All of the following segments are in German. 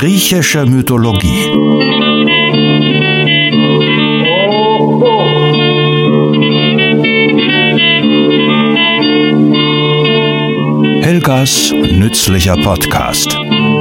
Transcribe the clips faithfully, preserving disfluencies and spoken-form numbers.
Griechische Mythologie. Helgas nützlicher Podcast.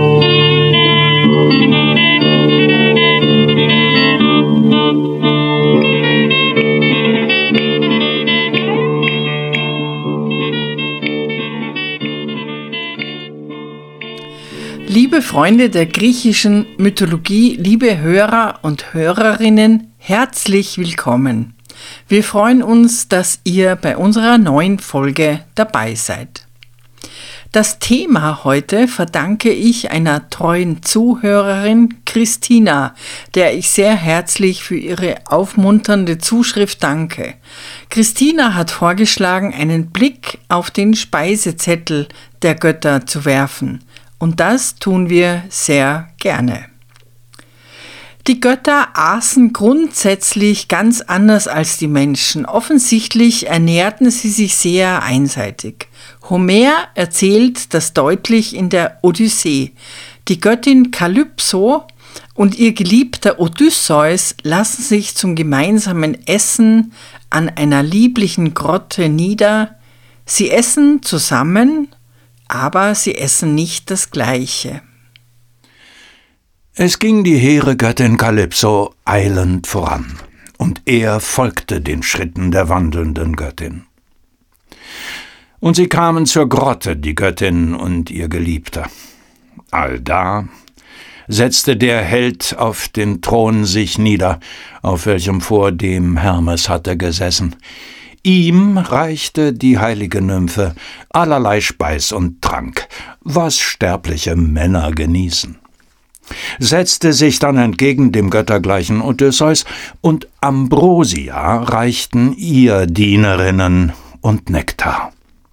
Liebe Freunde der griechischen Mythologie, liebe Hörer und Hörerinnen, herzlich willkommen. Wir freuen uns, dass ihr bei unserer neuen Folge dabei seid. Das Thema heute verdanke ich einer treuen Zuhörerin, Christina, der ich sehr herzlich für ihre aufmunternde Zuschrift danke. Christina hat vorgeschlagen, einen Blick auf den Speisezettel der Götter zu werfen. Und das tun wir sehr gerne. Die Götter aßen grundsätzlich ganz anders als die Menschen. Offensichtlich ernährten sie sich sehr einseitig. Homer erzählt das deutlich in der Odyssee. Die Göttin Kalypso und ihr Geliebter Odysseus lassen sich zum gemeinsamen Essen an einer lieblichen Grotte nieder. Sie essen zusammen, aber sie essen nicht das Gleiche. Es ging die hehre Göttin Kalypso eilend voran, und er folgte den Schritten der wandelnden Göttin. Und sie kamen zur Grotte, die Göttin und ihr Geliebter. Allda setzte der Held auf den Thron sich nieder, auf welchem vordem Hermes hatte gesessen. Ihm reichte die heilige Nymphe allerlei Speis und Trank, was sterbliche Männer genießen. Setzte sich dann entgegen dem göttergleichen Odysseus, und Ambrosia reichten ihr Dienerinnen und Nektar.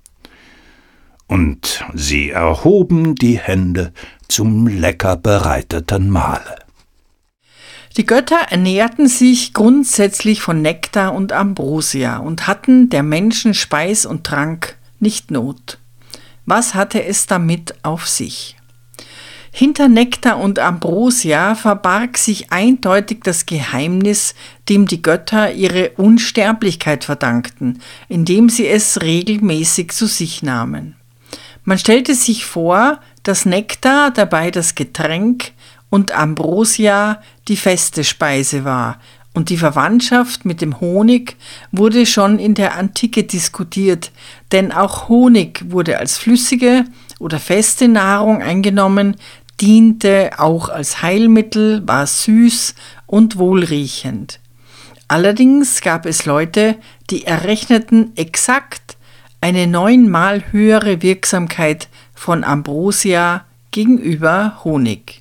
Und sie erhoben die Hände zum lecker bereiteten Mahle. Die Götter ernährten sich grundsätzlich von Nektar und Ambrosia und hatten der Menschen Speis und Trank nicht Not. Was hatte es damit auf sich? Hinter Nektar und Ambrosia verbarg sich eindeutig das Geheimnis, dem die Götter ihre Unsterblichkeit verdankten, indem sie es regelmäßig zu sich nahmen. Man stellte sich vor, dass Nektar dabei das Getränk und Ambrosia die feste Speise war, und die Verwandtschaft mit dem Honig wurde schon in der Antike diskutiert, denn auch Honig wurde als flüssige oder feste Nahrung eingenommen, diente auch als Heilmittel, war süß und wohlriechend. Allerdings gab es Leute, die errechneten exakt eine neunmal höhere Wirksamkeit von Ambrosia gegenüber Honig.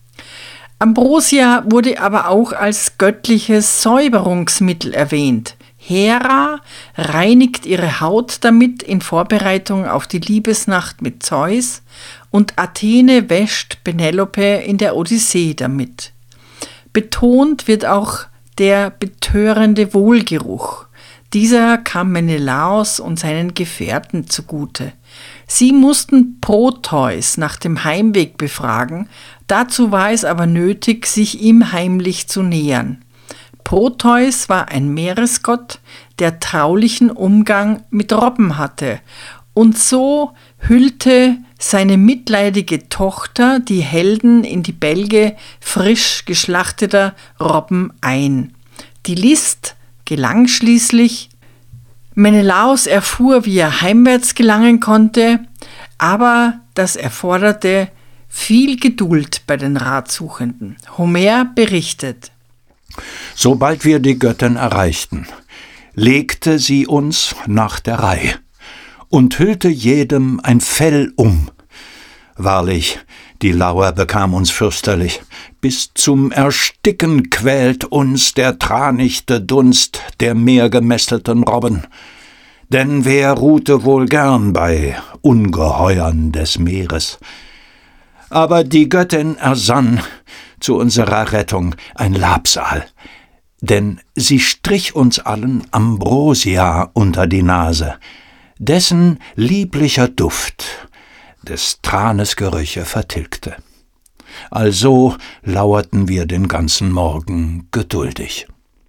Ambrosia wurde aber auch als göttliches Säuberungsmittel erwähnt. Hera reinigt ihre Haut damit in Vorbereitung auf die Liebesnacht mit Zeus, und Athene wäscht Penelope in der Odyssee damit. Betont wird auch der betörende Wohlgeruch. Dieser kam Menelaos und seinen Gefährten zugute. Sie mussten Proteus nach dem Heimweg befragen, dazu war es aber nötig, sich ihm heimlich zu nähern. Proteus war ein Meeresgott, der traulichen Umgang mit Robben hatte, und so hüllte seine mitleidige Tochter die Helden in die Bälge frisch geschlachteter Robben ein. Die List gelang schließlich. Menelaos erfuhr, wie er heimwärts gelangen konnte, aber das erforderte viel Geduld bei den Ratsuchenden. Homer berichtet: Sobald wir die Göttin erreichten, legte sie uns nach der Reih und hüllte jedem ein Fell um. Wahrlich, die Lauer bekam uns fürchterlich. Bis zum Ersticken quält uns der tranichte Dunst der meergemästeten Robben. Denn wer ruhte wohl gern bei Ungeheuern des Meeres? Aber die Göttin ersann zu unserer Rettung ein Labsal, denn sie strich uns allen Ambrosia unter die Nase, dessen lieblicher Duft des Tranes Gerüche vertilgte. Also lauerten wir den ganzen Morgen geduldig.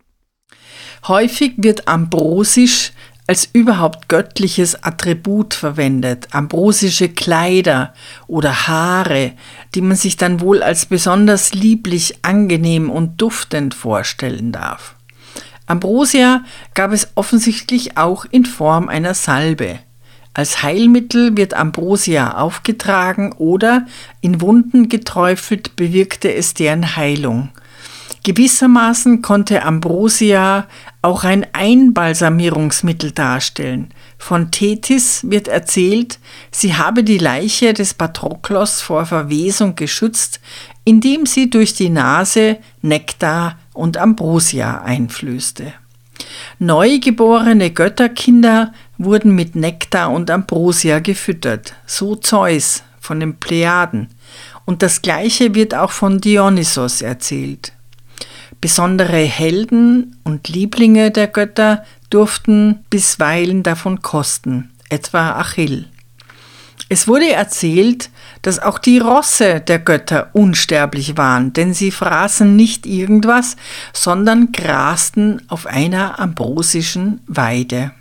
Häufig wird ambrosisch als überhaupt göttliches Attribut verwendet, ambrosische Kleider oder Haare, die man sich dann wohl als besonders lieblich, angenehm und duftend vorstellen darf. Ambrosia gab es offensichtlich auch in Form einer Salbe. Als Heilmittel wird Ambrosia aufgetragen oder in Wunden geträufelt, bewirkte es deren Heilung. Gewissermaßen konnte Ambrosia auch ein Einbalsamierungsmittel darstellen. Von Tethys wird erzählt, sie habe die Leiche des Patroklos vor Verwesung geschützt, indem sie durch die Nase Nektar und Ambrosia einflößte. Neugeborene Götterkinder wurden mit Nektar und Ambrosia gefüttert, so Zeus von den Plejaden, und das Gleiche wird auch von Dionysos erzählt. Besondere Helden und Lieblinge der Götter durften bisweilen davon kosten, etwa Achill. Es wurde erzählt, dass auch die Rosse der Götter unsterblich waren, denn sie fraßen nicht irgendwas, sondern grasten auf einer ambrosischen Weide.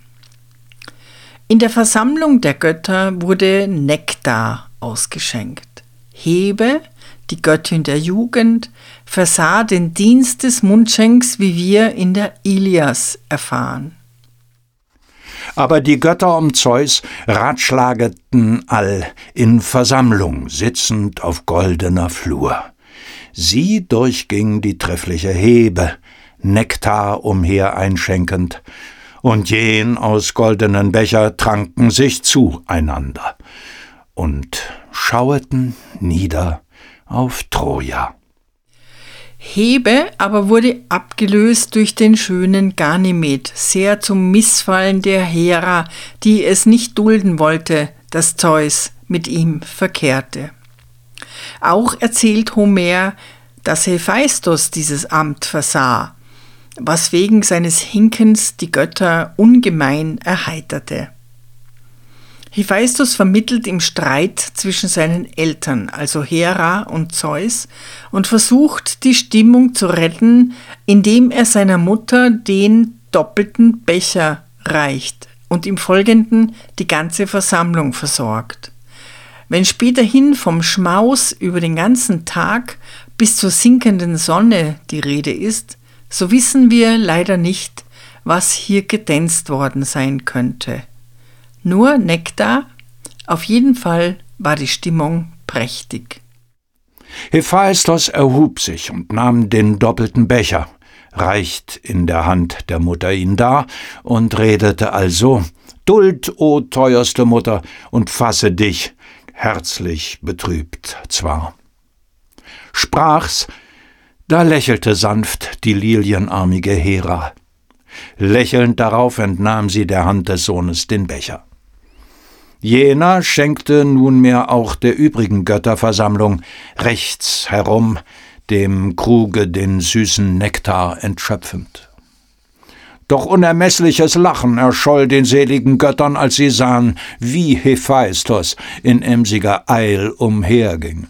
In der Versammlung der Götter wurde Nektar ausgeschenkt. Hebe, die Göttin der Jugend, versah den Dienst des Mundschenks, wie wir in der Ilias erfahren. Aber die Götter um Zeus ratschlageten all in Versammlung, sitzend auf goldener Flur. Sie durchging die treffliche Hebe, Nektar umher einschenkend, und jen aus goldenen Becher tranken sich zueinander und schaueten nieder auf Troja. Hebe aber wurde abgelöst durch den schönen Ganymed, sehr zum Missfallen der Hera, die es nicht dulden wollte, dass Zeus mit ihm verkehrte. Auch erzählt Homer, dass Hephaistos dieses Amt versah, was wegen seines Hinkens die Götter ungemein erheiterte. Hephaistos vermittelt im Streit zwischen seinen Eltern, also Hera und Zeus, und versucht, die Stimmung zu retten, indem er seiner Mutter den doppelten Becher reicht und im Folgenden die ganze Versammlung versorgt. Wenn späterhin vom Schmaus über den ganzen Tag bis zur sinkenden Sonne die Rede ist, so wissen wir leider nicht, was hier getänzt worden sein könnte. Nur Nektar, auf jeden Fall war die Stimmung prächtig. Hephaistos erhub sich und nahm den doppelten Becher, reicht in der Hand der Mutter ihn dar und redete also: »Duld, o teuerste Mutter, und fasse dich, herzlich betrübt zwar.« Sprach's, da lächelte sanft die lilienarmige Hera. Lächelnd darauf entnahm sie der Hand des Sohnes den Becher. Jener schenkte nunmehr auch der übrigen Götterversammlung rechts herum, dem Kruge den süßen Nektar entschöpfend. Doch unermeßliches Lachen erscholl den seligen Göttern, als sie sahen, wie Hephaistos in emsiger Eil umherging.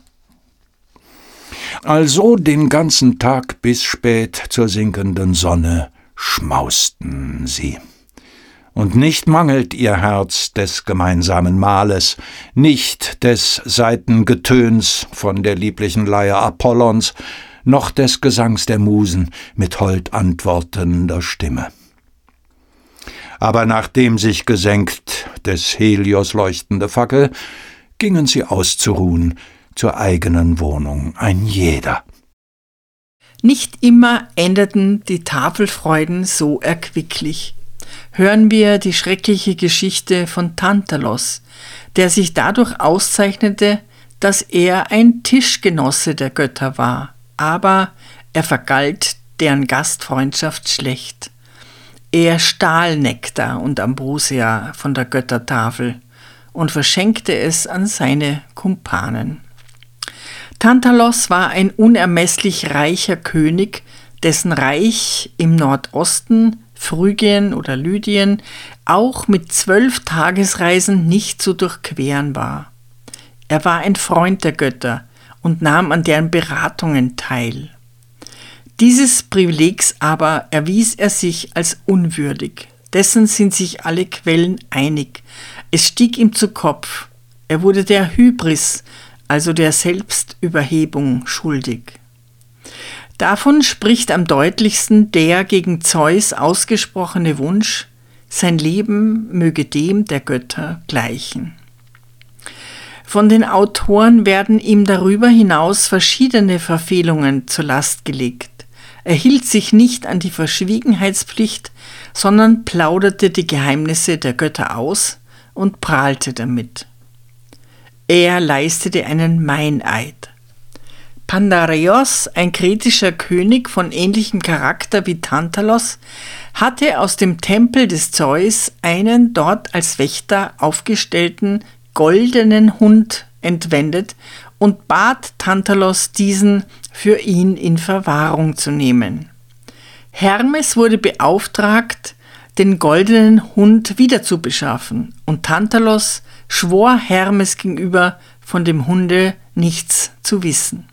Also den ganzen Tag bis spät zur sinkenden Sonne schmausten sie. Und nicht mangelt ihr Herz des gemeinsamen Mahles, nicht des Saitengetöns von der lieblichen Leier Apollons, noch des Gesangs der Musen mit hold antwortender Stimme. Aber nachdem sich gesenkt des Helios leuchtende Fackel, gingen sie auszuruhen zur eigenen Wohnung, ein jeder. Nicht immer endeten die Tafelfreuden so erquicklich. Hören wir die schreckliche Geschichte von Tantalos, der sich dadurch auszeichnete, dass er ein Tischgenosse der Götter war, aber er vergalt deren Gastfreundschaft schlecht. Er stahl Nektar und Ambrosia von der Göttertafel und verschenkte es an seine Kumpanen. Tantalos war ein unermesslich reicher König, dessen Reich im Nordosten, Phrygien oder Lydien, auch mit zwölf Tagesreisen nicht zu durchqueren war. Er war ein Freund der Götter und nahm an deren Beratungen teil. Dieses Privilegs aber erwies er sich als unwürdig. Dessen sind sich alle Quellen einig. Es stieg ihm zu Kopf. Er wurde der Hybris, also der Selbstüberhebung, schuldig. Davon spricht am deutlichsten der gegen Zeus ausgesprochene Wunsch, sein Leben möge dem der Götter gleichen. Von den Autoren werden ihm darüber hinaus verschiedene Verfehlungen zur Last gelegt. Er hielt sich nicht an die Verschwiegenheitspflicht, sondern plauderte die Geheimnisse der Götter aus und prahlte damit. Er leistete einen Meineid. Pandareos, ein kretischer König von ähnlichem Charakter wie Tantalos, hatte aus dem Tempel des Zeus einen dort als Wächter aufgestellten goldenen Hund entwendet und bat Tantalos, diesen für ihn in Verwahrung zu nehmen. Hermes wurde beauftragt, den goldenen Hund wiederzubeschaffen, und Tantalos schwor Hermes gegenüber, von dem Hunde nichts zu wissen.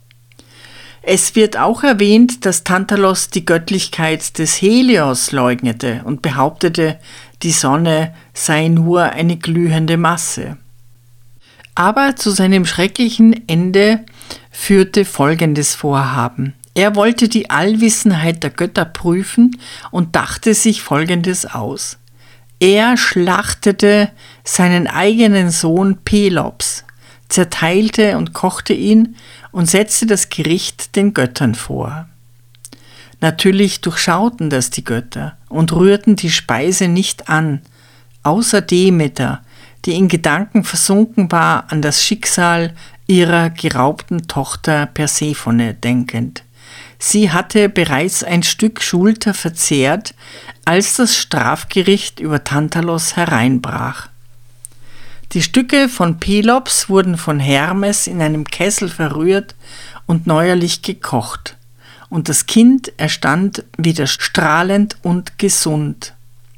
Es wird auch erwähnt, dass Tantalos die Göttlichkeit des Helios leugnete und behauptete, die Sonne sei nur eine glühende Masse. Aber zu seinem schrecklichen Ende führte folgendes Vorhaben. Er wollte die Allwissenheit der Götter prüfen und dachte sich Folgendes aus. Er schlachtete seinen eigenen Sohn Pelops, zerteilte und kochte ihn und setzte das Gericht den Göttern vor. Natürlich durchschauten das die Götter und rührten die Speise nicht an, außer Demeter, die in Gedanken versunken war, an das Schicksal ihrer geraubten Tochter Persephone denkend. Sie hatte bereits ein Stück Schulter verzehrt, als das Strafgericht über Tantalos hereinbrach. Die Stücke von Pelops wurden von Hermes in einem Kessel verrührt und neuerlich gekocht, und das Kind erstand wieder strahlend und gesund.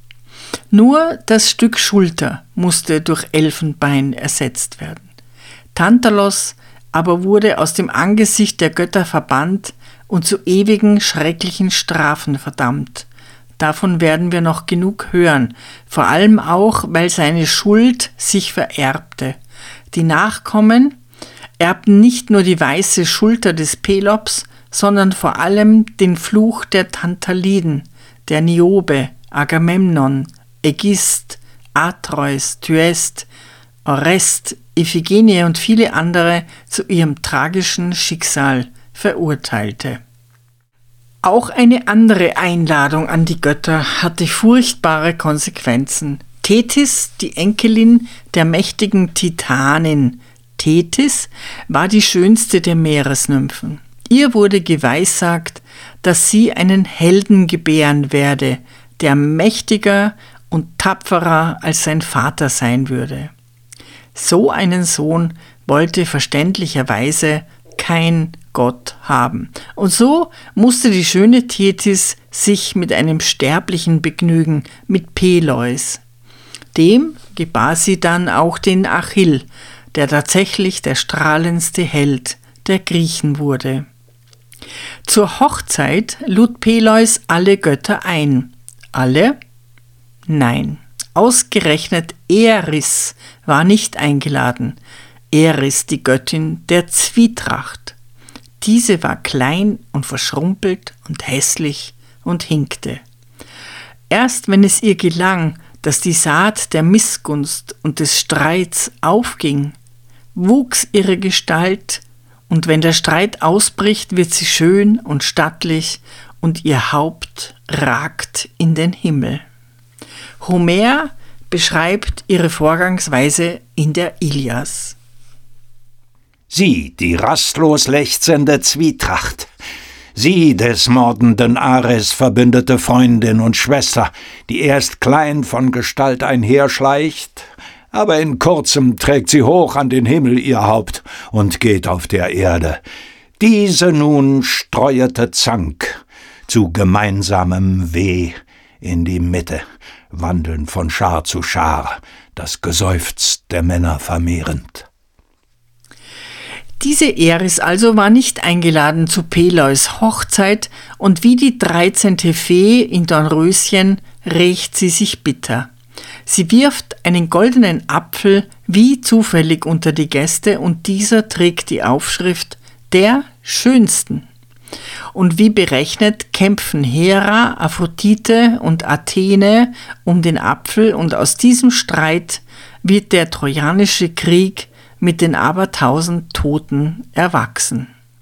Nur das Stück Schulter musste durch Elfenbein ersetzt werden. Tantalos aber wurde aus dem Angesicht der Götter verbannt und zu ewigen schrecklichen Strafen verdammt. Davon werden wir noch genug hören, vor allem auch, weil seine Schuld sich vererbte. Die Nachkommen erbten nicht nur die weiße Schulter des Pelops, sondern vor allem den Fluch der Tantaliden, der Niobe, Agamemnon, Ägist, Atreus, Thyest, Orest, Iphigenie und viele andere zu ihrem tragischen Schicksal verurteilte. Auch eine andere Einladung an die Götter hatte furchtbare Konsequenzen. Tethys, die Enkelin der mächtigen Titanin Tethys, war die schönste der Meeresnymphen. Ihr wurde geweissagt, dass sie einen Helden gebären werde, der mächtiger und tapferer als sein Vater sein würde. So einen Sohn wollte verständlicherweise kein Gott haben. Und so musste die schöne Tethys sich mit einem Sterblichen begnügen, mit Peleus. Dem gebar sie dann auch den Achill, der tatsächlich der strahlendste Held der Griechen wurde. Zur Hochzeit lud Peleus alle Götter ein. Alle? Nein. Ausgerechnet Eris war nicht eingeladen. Eris, die Göttin der Zwietracht. Diese war klein und verschrumpelt und hässlich und hinkte. Erst wenn es ihr gelang, dass die Saat der Missgunst und des Streits aufging, wuchs ihre Gestalt, und wenn der Streit ausbricht, wird sie schön und stattlich und ihr Haupt ragt in den Himmel. Homer beschreibt ihre Vorgangsweise in der Ilias. Sie, die rastlos lechzende Zwietracht, sie des mordenden Ares verbündete Freundin und Schwester, die erst klein von Gestalt einherschleicht, aber in kurzem trägt sie hoch an den Himmel ihr Haupt und geht auf der Erde. Diese nun streuete Zank zu gemeinsamem Weh in die Mitte, wandeln von Schar zu Schar, das Geseufz der Männer vermehrend. Diese Eris also war nicht eingeladen zu Peleus Hochzeit und wie die dreizehnte Fee in Dornröschen rächt sie sich bitter. Sie wirft einen goldenen Apfel wie zufällig unter die Gäste und dieser trägt die Aufschrift der Schönsten. Und wie berechnet kämpfen Hera, Aphrodite und Athene um den Apfel und aus diesem Streit wird der Trojanische Krieg mit den abertausend Toten erwachsen.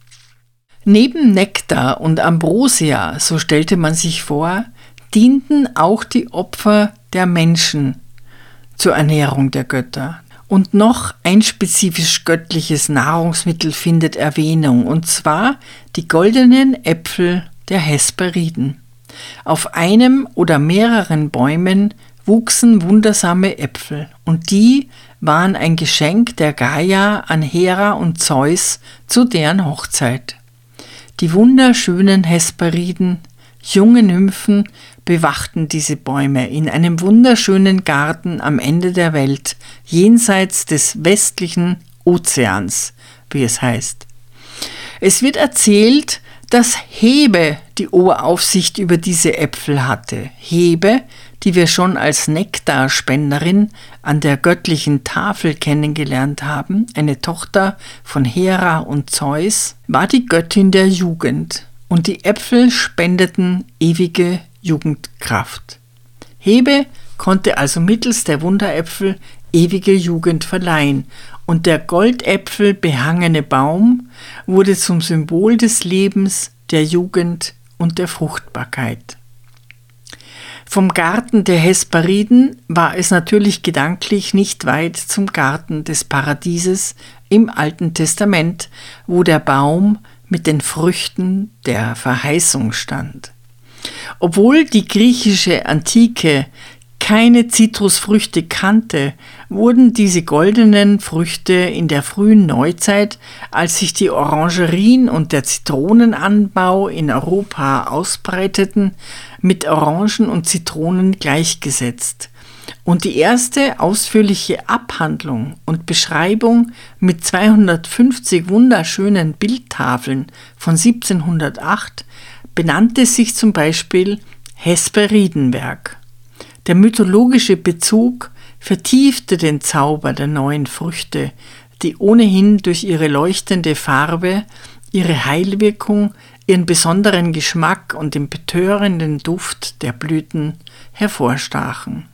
Neben Nektar und Ambrosia, so stellte man sich vor, dienten auch die Opfer der Menschen zur Ernährung der Götter. Und noch ein spezifisch göttliches Nahrungsmittel findet Erwähnung, und zwar die goldenen Äpfel der Hesperiden. Auf einem oder mehreren Bäumen wuchsen wundersame Äpfel, und die waren ein Geschenk der Gaia an Hera und Zeus zu deren Hochzeit. Die wunderschönen Hesperiden, junge Nymphen, bewachten diese Bäume in einem wunderschönen Garten am Ende der Welt, jenseits des westlichen Ozeans, wie es heißt. Es wird erzählt, dass Hebe die Oberaufsicht über diese Äpfel hatte. Hebe, die wir schon als Nektarspenderin an der göttlichen Tafel kennengelernt haben, eine Tochter von Hera und Zeus, war die Göttin der Jugend und die Äpfel spendeten ewige Jugendkraft. Hebe konnte also mittels der Wunderäpfel ewige Jugend verleihen und der Goldäpfel behangene Baum wurde zum Symbol des Lebens, der Jugend und der Fruchtbarkeit. Vom Garten der Hesperiden war es natürlich gedanklich nicht weit zum Garten des Paradieses im Alten Testament, wo der Baum mit den Früchten der Verheißung stand. Obwohl die griechische Antike keine Zitrusfrüchte kannte, wurden diese goldenen Früchte in der frühen Neuzeit, als sich die Orangerien und der Zitronenanbau in Europa ausbreiteten, mit Orangen und Zitronen gleichgesetzt. Und die erste ausführliche Abhandlung und Beschreibung mit zweihundertfünfzig wunderschönen Bildtafeln von siebzehnhundertacht benannte sich zum Beispiel Hesperidenwerk. Der mythologische Bezug vertiefte den Zauber der neuen Früchte, die ohnehin durch ihre leuchtende Farbe, ihre Heilwirkung, ihren besonderen Geschmack und den betörenden Duft der Blüten hervorstachen.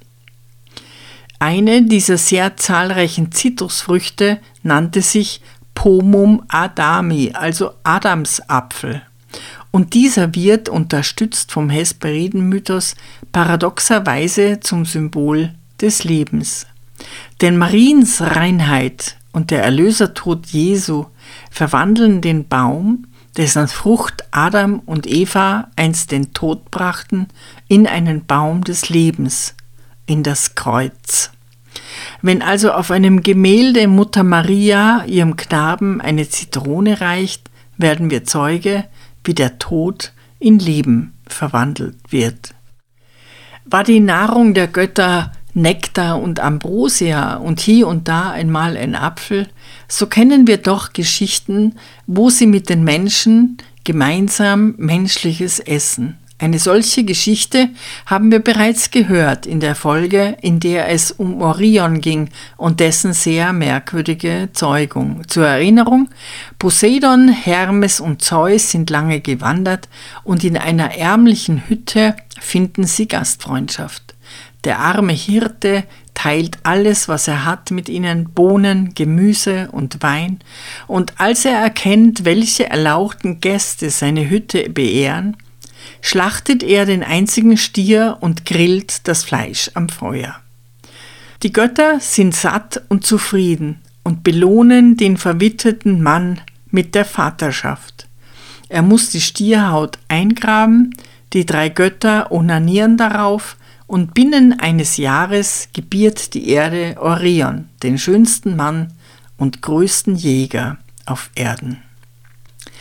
Eine dieser sehr zahlreichen Zitrusfrüchte nannte sich Pomum Adami, also Adamsapfel. Und dieser wird, unterstützt vom Hesperidenmythos, paradoxerweise zum Symbol des Lebens. Denn Mariens Reinheit und der Erlösertod Jesu verwandeln den Baum, dessen Frucht Adam und Eva einst den Tod brachten, in einen Baum des Lebens, in das Kreuz. Wenn also auf einem Gemälde Mutter Maria ihrem Knaben eine Zitrone reicht, werden wir Zeuge, wie der Tod in Leben verwandelt wird. War die Nahrung der Götter Nektar und Ambrosia und hier und da einmal ein Apfel, so kennen wir doch Geschichten, wo sie mit den Menschen gemeinsam Menschliches essen. Eine solche Geschichte haben wir bereits gehört in der Folge, in der es um Orion ging und dessen sehr merkwürdige Zeugung. Zur Erinnerung, Poseidon, Hermes und Zeus sind lange gewandert und in einer ärmlichen Hütte finden sie Gastfreundschaft. Der arme Hirte teilt alles, was er hat, mit ihnen, Bohnen, Gemüse und Wein, und als er erkennt, welche erlauchten Gäste seine Hütte beehren, schlachtet er den einzigen Stier und grillt das Fleisch am Feuer. Die Götter sind satt und zufrieden und belohnen den verwitweten Mann mit der Vaterschaft. Er muss die Stierhaut eingraben, die drei Götter onanieren darauf und binnen eines Jahres gebiert die Erde Orion, den schönsten Mann und größten Jäger auf Erden.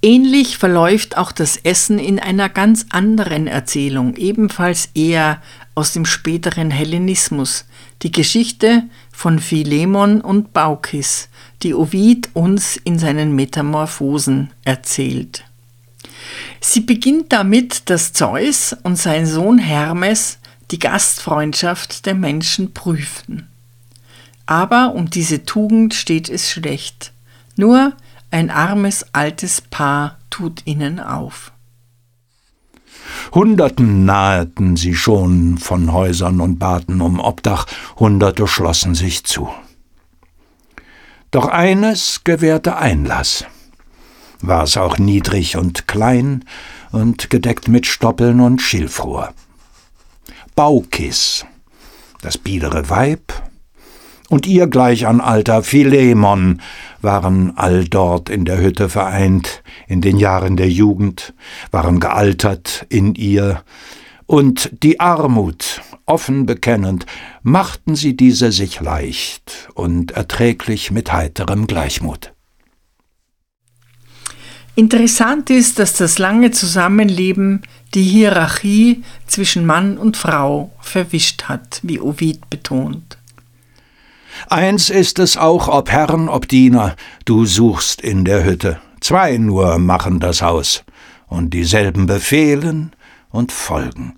Ähnlich verläuft auch das Essen in einer ganz anderen Erzählung, ebenfalls eher aus dem späteren Hellenismus, die Geschichte von Philemon und Baukis, die Ovid uns in seinen Metamorphosen erzählt. Sie beginnt damit, dass Zeus und sein Sohn Hermes die Gastfreundschaft der Menschen prüften. Aber um diese Tugend steht es schlecht. Nur ein armes altes Paar tut ihnen auf. Hunderten naheten sie schon von Häusern und baten um Obdach, Hunderte schlossen sich zu. Doch eines gewährte Einlass. War es auch niedrig und klein und gedeckt mit Stoppeln und Schilfrohr. Baukis, das biedere Weib, und ihr gleich an Alter Philemon waren all dort in der Hütte vereint, in den Jahren der Jugend, waren gealtert in ihr, und die Armut, offen bekennend, machten sie diese sich leicht und erträglich mit heiterem Gleichmut. Interessant ist, dass das lange Zusammenleben die Hierarchie zwischen Mann und Frau verwischt hat, wie Ovid betont. Eins ist es auch, ob Herrn, ob Diener, du suchst in der Hütte. Zwei nur machen das Haus, und dieselben befehlen und folgen.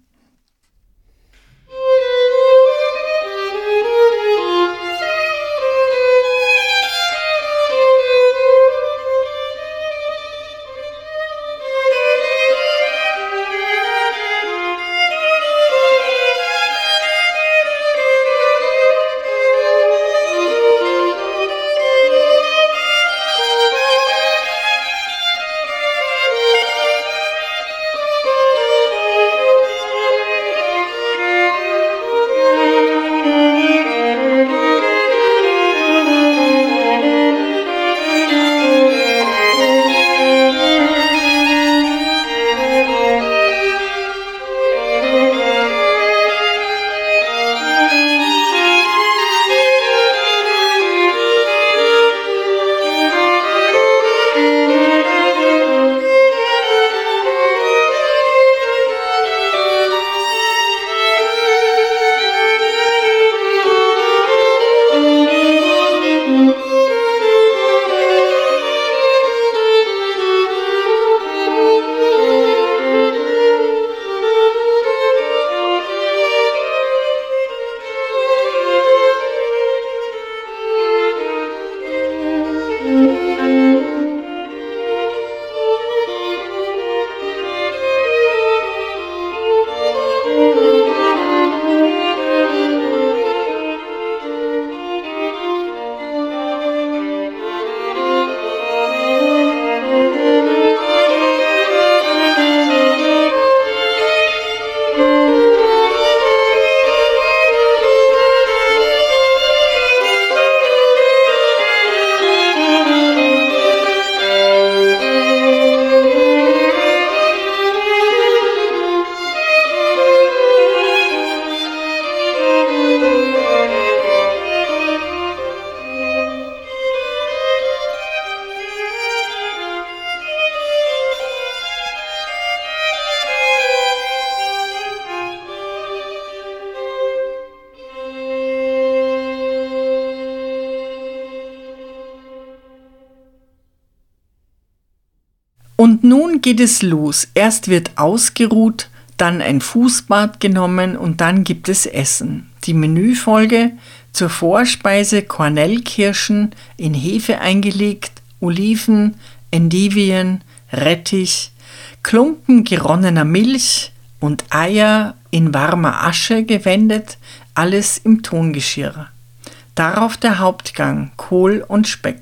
Und nun geht es los. Erst wird ausgeruht, dann ein Fußbad genommen und dann gibt es Essen. Die Menüfolge: zur Vorspeise Kornelkirschen in Hefe eingelegt, Oliven, Endivien, Rettich, Klumpen geronnener Milch und Eier in warmer Asche gewendet, alles im Tongeschirr. Darauf der Hauptgang, Kohl und Speck.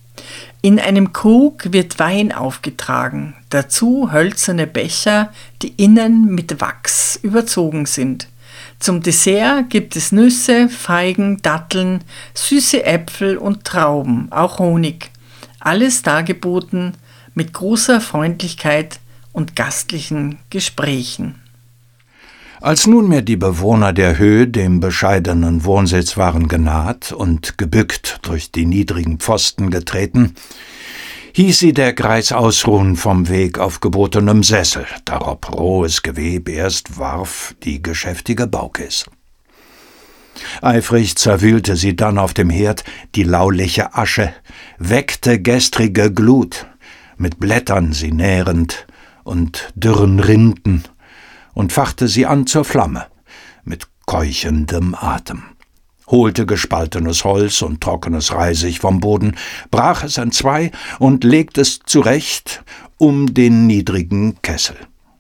In einem Krug wird Wein aufgetragen, dazu hölzerne Becher, die innen mit Wachs überzogen sind. Zum Dessert gibt es Nüsse, Feigen, Datteln, süße Äpfel und Trauben, auch Honig. Alles dargeboten mit großer Freundlichkeit und gastlichen Gesprächen. Als nunmehr die Bewohner der Höhe dem bescheidenen Wohnsitz waren genaht und gebückt durch die niedrigen Pfosten getreten, hieß sie der Greis ausruhen vom Weg auf gebotenem Sessel, darob rohes Geweb erst warf die geschäftige Baukes. Eifrig zerwühlte sie dann auf dem Herd die lauliche Asche, weckte gestrige Glut, mit Blättern sie nährend und dürren Rinden, und fachte sie an zur Flamme, mit keuchendem Atem, holte gespaltenes Holz und trockenes Reisig vom Boden, brach es entzwei und legte es zurecht um den niedrigen Kessel.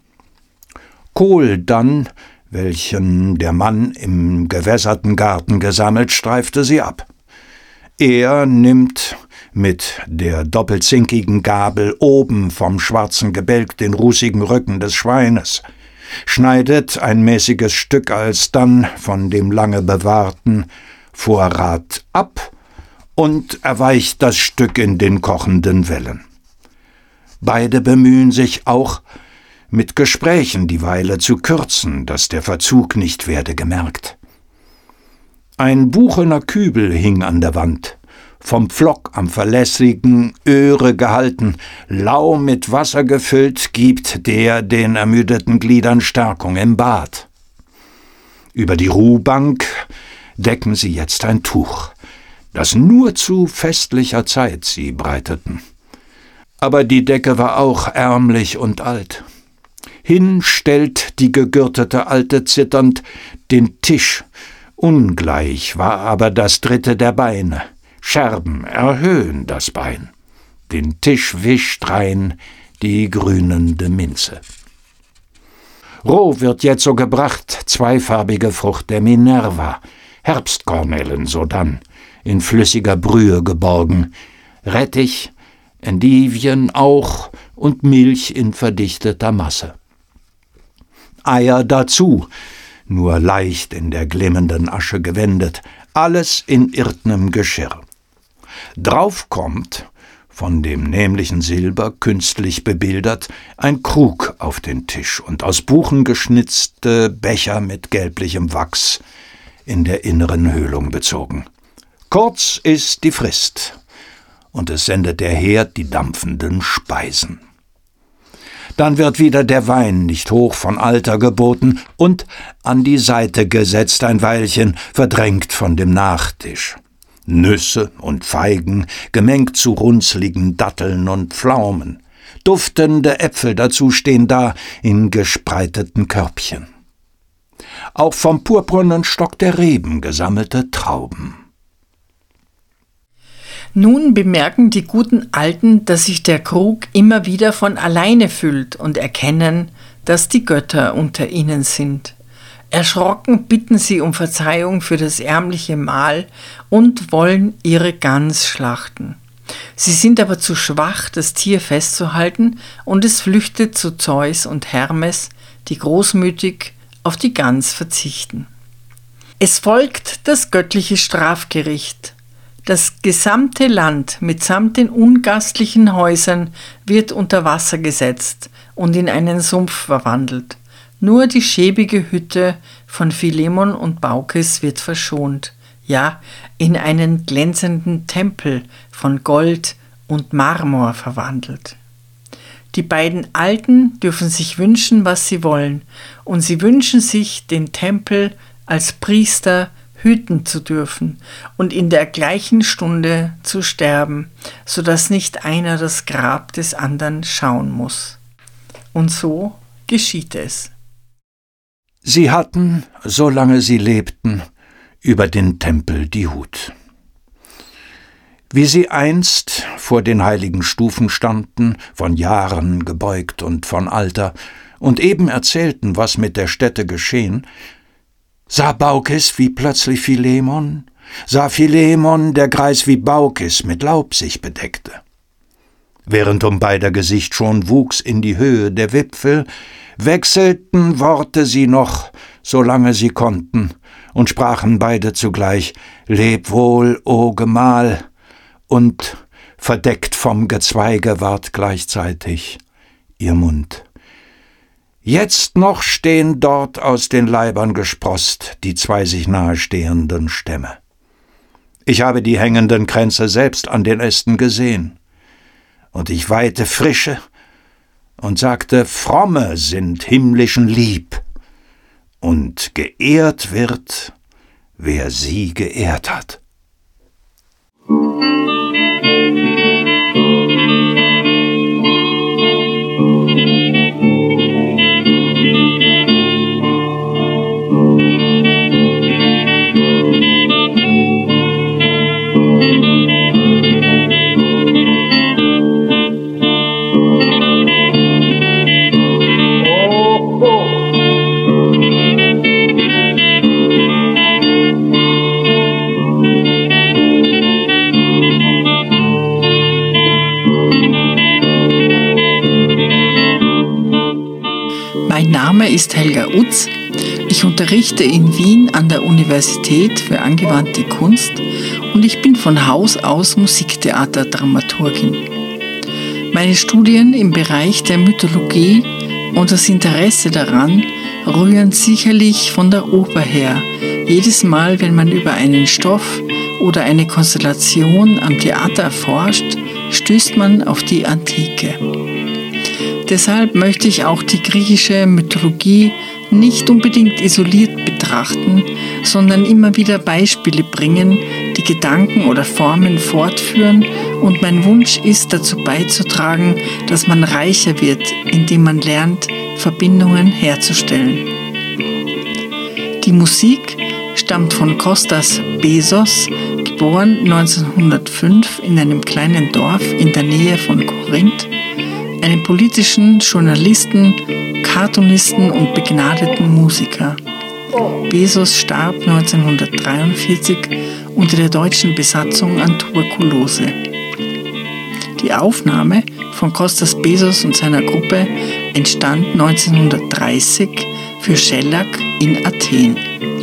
Kohl dann, welchen der Mann im gewässerten Garten gesammelt, streifte sie ab. Er nimmt mit der doppelzinkigen Gabel oben vom schwarzen Gebälk den rußigen Rücken des Schweines, schneidet ein mäßiges Stück alsdann von dem lange bewahrten Vorrat ab und erweicht das Stück in den kochenden Wellen. Beide bemühen sich auch, mit Gesprächen die Weile zu kürzen, dass der Verzug nicht werde gemerkt. Ein buchener Kübel hing an der Wand, vom Pflock am verlässlichen Öhre gehalten, lau mit Wasser gefüllt, gibt der den ermüdeten Gliedern Stärkung im Bad. Über die Ruhbank decken sie jetzt ein Tuch, das nur zu festlicher Zeit sie breiteten. Aber die Decke war auch ärmlich und alt. Hin stellt die gegürtete Alte zitternd den Tisch, ungleich war aber das dritte der Beine, Scherben erhöhen das Bein, den Tisch wischt rein die grünende Minze. Roh wird jetzo gebracht zweifarbige Frucht der Minerva, Herbstkornellen sodann, in flüssiger Brühe geborgen, Rettich, Endivien auch und Milch in verdichteter Masse. Eier dazu, nur leicht in der glimmenden Asche gewendet, alles in irdnem Geschirr. Drauf kommt, von dem nämlichen Silber künstlich bebildert, ein Krug auf den Tisch und aus Buchen geschnitzte Becher mit gelblichem Wachs in der inneren Höhlung bezogen. Kurz ist die Frist, und es sendet der Herd die dampfenden Speisen. Dann wird wieder der Wein nicht hoch von Alter geboten und an die Seite gesetzt ein Weilchen, verdrängt von dem Nachtisch. Nüsse und Feigen, gemengt zu runzligen Datteln und Pflaumen. Duftende Äpfel dazu stehen da in gespreiteten Körbchen. Auch vom purpurnen Stock der Reben gesammelte Trauben. Nun bemerken die guten Alten, dass sich der Krug immer wieder von alleine füllt und erkennen, dass die Götter unter ihnen sind. Erschrocken bitten sie um Verzeihung für das ärmliche Mahl und wollen ihre Gans schlachten. Sie sind aber zu schwach, das Tier festzuhalten, und es flüchtet zu Zeus und Hermes, die großmütig auf die Gans verzichten. Es folgt das göttliche Strafgericht. Das gesamte Land mitsamt den ungastlichen Häusern wird unter Wasser gesetzt und in einen Sumpf verwandelt. Nur die schäbige Hütte von Philemon und Baukes wird verschont, ja, in einen glänzenden Tempel von Gold und Marmor verwandelt. Die beiden Alten dürfen sich wünschen, was sie wollen, und sie wünschen sich, den Tempel als Priester hüten zu dürfen und in der gleichen Stunde zu sterben, so dass nicht einer das Grab des anderen schauen muss. Und so geschieht es. Sie hatten, solange sie lebten, über den Tempel die Hut. Wie sie einst vor den heiligen Stufen standen, von Jahren gebeugt und von Alter, und eben erzählten, was mit der Stätte geschehen, sah Baukes, wie plötzlich Philemon, sah Philemon, der Greis, wie Baukes mit Laub sich bedeckte. Während um beider Gesicht schon wuchs in die Höhe der Wipfel, wechselten Worte sie noch, solange sie konnten, und sprachen beide zugleich, »Leb wohl, o Gemahl«, und verdeckt vom Gezweige ward gleichzeitig ihr Mund. Jetzt noch stehen dort aus den Leibern gesproßt die zwei sich nahestehenden Stämme. Ich habe die hängenden Kränze selbst an den Ästen gesehen. und ich weihte Frische und sagte, Fromme sind himmlischen lieb, und geehrt wird, wer sie geehrt hat. Mein Name ist Helga Utz. Ich unterrichte in Wien an der Universität für angewandte Kunst und ich bin von Haus aus Musiktheaterdramaturgin. Meine Studien im Bereich der Mythologie und das Interesse daran rühren sicherlich von der Oper her. Jedes Mal, wenn man über einen Stoff oder eine Konstellation am Theater erforscht, stößt man auf die Antike. Deshalb möchte ich auch die griechische Mythologie nicht unbedingt isoliert betrachten, sondern immer wieder Beispiele bringen, die Gedanken oder Formen fortführen, und mein Wunsch ist, dazu beizutragen, dass man reicher wird, indem man lernt, Verbindungen herzustellen. Die Musik stammt von Kostas Bezos, geboren neunzehnhundertfünf in einem kleinen Dorf in der Nähe von Korinth, einem politischen Journalisten, Cartoonisten und begnadeten Musiker. Bezos starb neunzehnhundertdreiundvierzig unter der deutschen Besatzung an Tuberkulose. Die Aufnahme von Kostas Bezos und seiner Gruppe entstand neunzehnhundertdreißig für Schellack in Athen.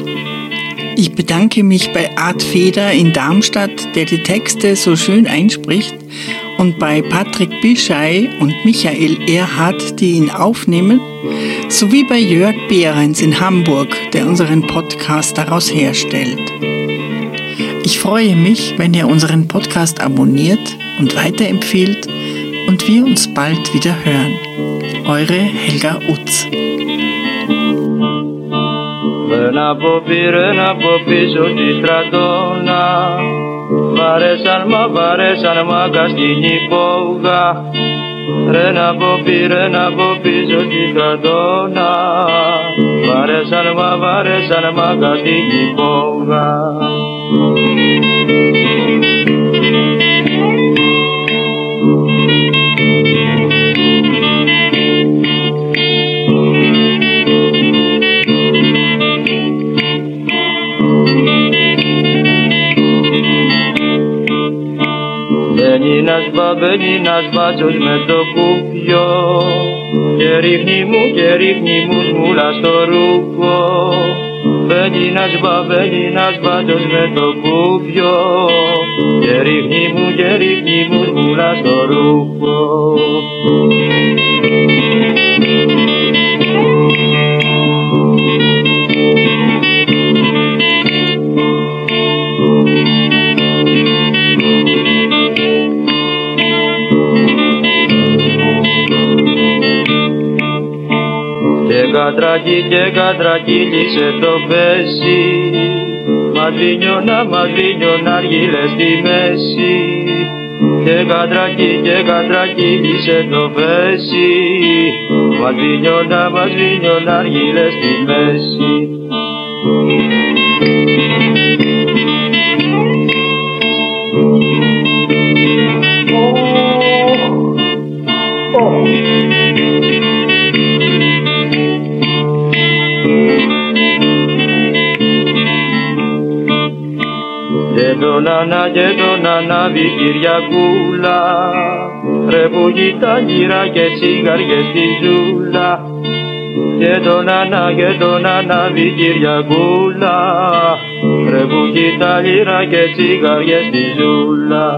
Ich bedanke mich bei Art Feder in Darmstadt, der die Texte so schön einspricht, und bei Patrick Bischei und Michael Erhardt, die ihn aufnehmen, sowie bei Jörg Behrens in Hamburg, der unseren Podcast daraus herstellt. Ich freue mich, wenn ihr unseren Podcast abonniert und weiterempfehlt und wir uns bald wieder hören. Eure Helga Utz. Ένα από πήρε από πίσω τη στρατόνα, βαρέσαν μα βαρέσαν μάγκα στην υπόγα. Ρε να πω πήρε από πίσω τη στρατόνα, βαρέσαν μα βαρέσαν μάγκα στην υπόγα. Μπαίνει ένας μπα, μπαίνει ένας μπάτσος με το κουπιό και ρίχνει μου και ρίχνει μου σμούλα στο ρούχο. Μπαίνει ένας μπα, μπαίνει ένας μπάτσος με το κουπιό και ρίχνει μου και ρίχνει μου σμούλα στο ρούχο. Κατρακί και κατρακύλισε το πέσι, μαδρίνιωνα, μαδρίνιωνα αργύλες στη μέση. Και κατρακί και κατρακύλισε το πέσι, μαδρίνιωνα, μαδρίνιωνα αργύλες στη μέση. Και τον Ανά και τον ανάβει Κυριακούλα, ρε που γητά γύρα και τσιγάριες στη ζούλα. Και τον Ανά και τον ανάβει Κυριακούλα, ρε που γητά γύρα και τσιγάριες στη ζούλα.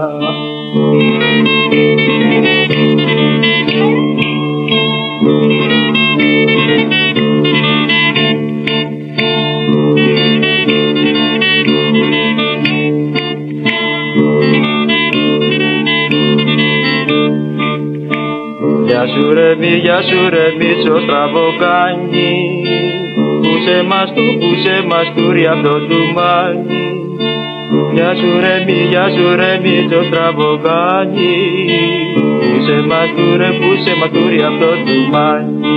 Γεια σου ρε μη, γεια σου ρε Μήτσο στραβοκάνι, πούσε μας του, πούσε μας του ρε αυτό του μάνι. Γεια σου ρε μη, γεια σου ρε Μήτσο στραβοκάνι, πούσε μας του ρε, πούσε μας του ρε αυτό του μάνι.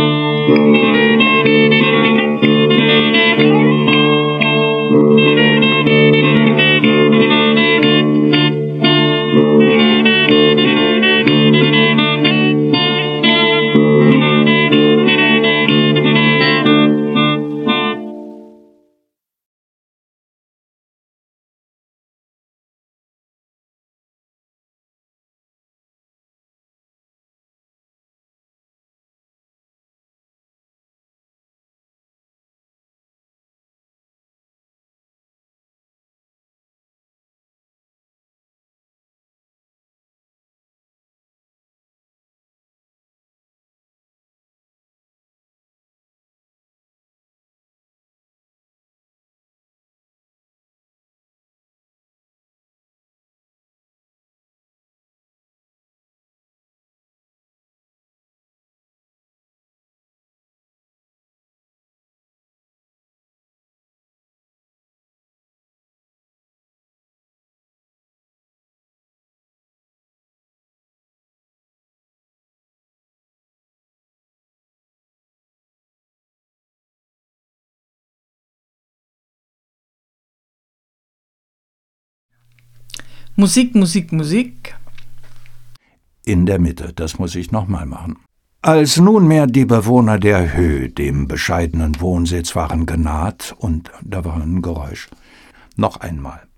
Musik, Musik, Musik. In der Mitte, das muss ich nochmal machen. Als nunmehr die Bewohner der Höhe dem bescheidenen Wohnsitz waren genaht, und da war ein Geräusch. Noch einmal.